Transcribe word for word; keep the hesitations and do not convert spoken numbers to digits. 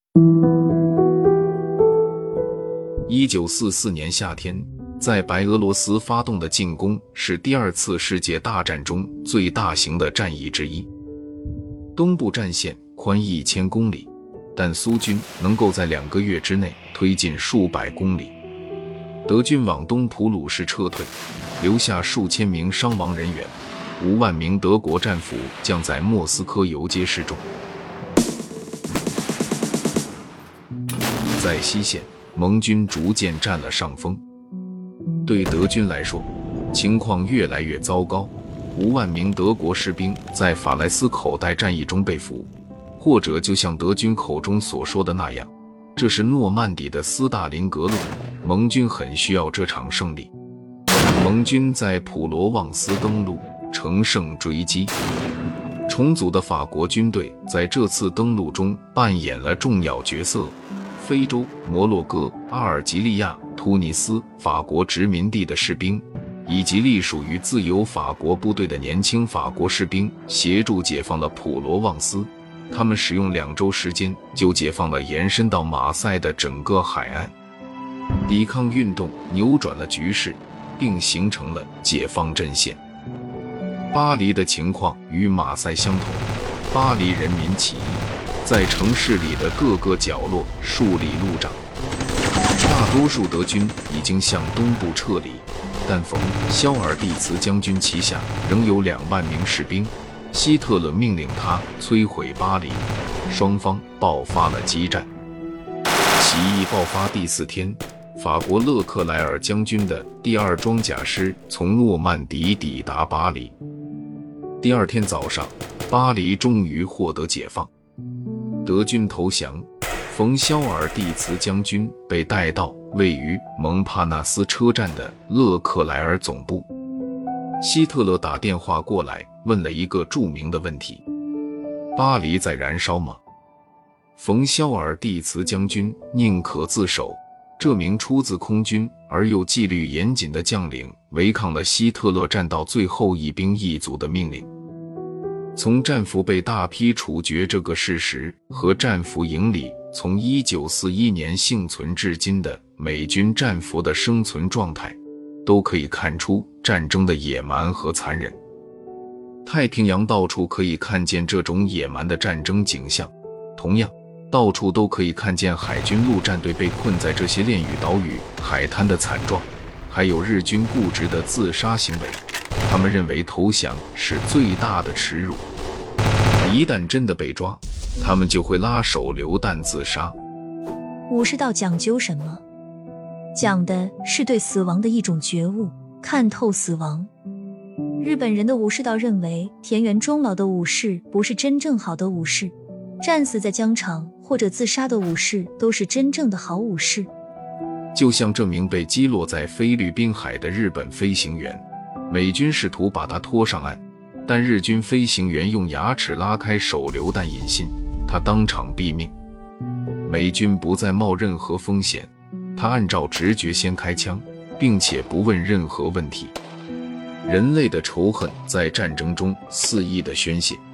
一九四四年夏天，在白俄罗斯发动的进攻是第二次世界大战中最大型的战役之一。东部战线宽一千公里，但苏军能够在两个月之内推进数百公里。德军往东普鲁士撤退，留下数千名伤亡人员，五万名德国战俘将在莫斯科游街示众。在西线，盟军逐渐占了上风。对德军来说，情况越来越糟糕。五万名德国士兵在法莱斯口袋战役中被俘，或者就像德军口中所说的那样，这是诺曼底的斯大林格勒。盟军很需要这场胜利。盟军在普罗旺斯登陆，乘胜追击。重组的法国军队在这次登陆中扮演了重要角色。非洲、摩洛哥、阿尔及利亚、突尼斯、法国殖民地的士兵，以及隶属于自由法国部队的年轻法国士兵，协助解放了普罗旺斯。他们使用两周时间就解放了延伸到马赛的整个海岸。抵抗运动扭转了局势，并形成了解放阵线。巴黎的情况与马赛相同，巴黎人民起义在城市里的各个角落树立路障。大多数德军已经向东部撤离，但冯·肖尔蒂茨将军旗下仍有两万名士兵。希特勒命令他摧毁巴黎，双方爆发了激战。起义爆发第四天，法国勒克莱尔将军的第二装甲师从诺曼底抵达巴黎。第二天早上，巴黎终于获得解放。德军投降，冯·肖尔蒂茨将军被带到位于蒙帕纳斯车站的勒克莱尔总部。希特勒打电话过来，问了一个著名的问题：巴黎在燃烧吗？冯·肖尔蒂茨将军宁可自首。这名出自空军而又纪律严谨的将领违抗了希特勒战到最后一兵一卒的命令。从战俘被大批处决这个事实和战俘营里从一九四一年幸存至今的美军战俘的生存状态，都可以看出战争的野蛮和残忍。太平洋到处可以看见这种野蛮的战争景象，同样到处都可以看见海军陆战队被困在这些恋与岛屿海滩的惨状，还有日军固执的自杀行为。他们认为投降是最大的耻辱，一旦真的被抓，他们就会拉手榴弹自杀。 武士道讲究什么？讲的是对死亡的一种觉悟，看透死亡。日本人的武士道认为，田园终老的武士不是真正好的武士，战死在疆场或者自杀的武士都是真正的好武士。 就像这名被击落在菲律宾海的日本飞行员，美军试图把他拖上岸，但日军飞行员用牙齿拉开手榴弹引信，他当场毙命。美军不再冒任何风险，他按照直觉先开枪，并且不问任何问题。人类的仇恨在战争中肆意的宣泄。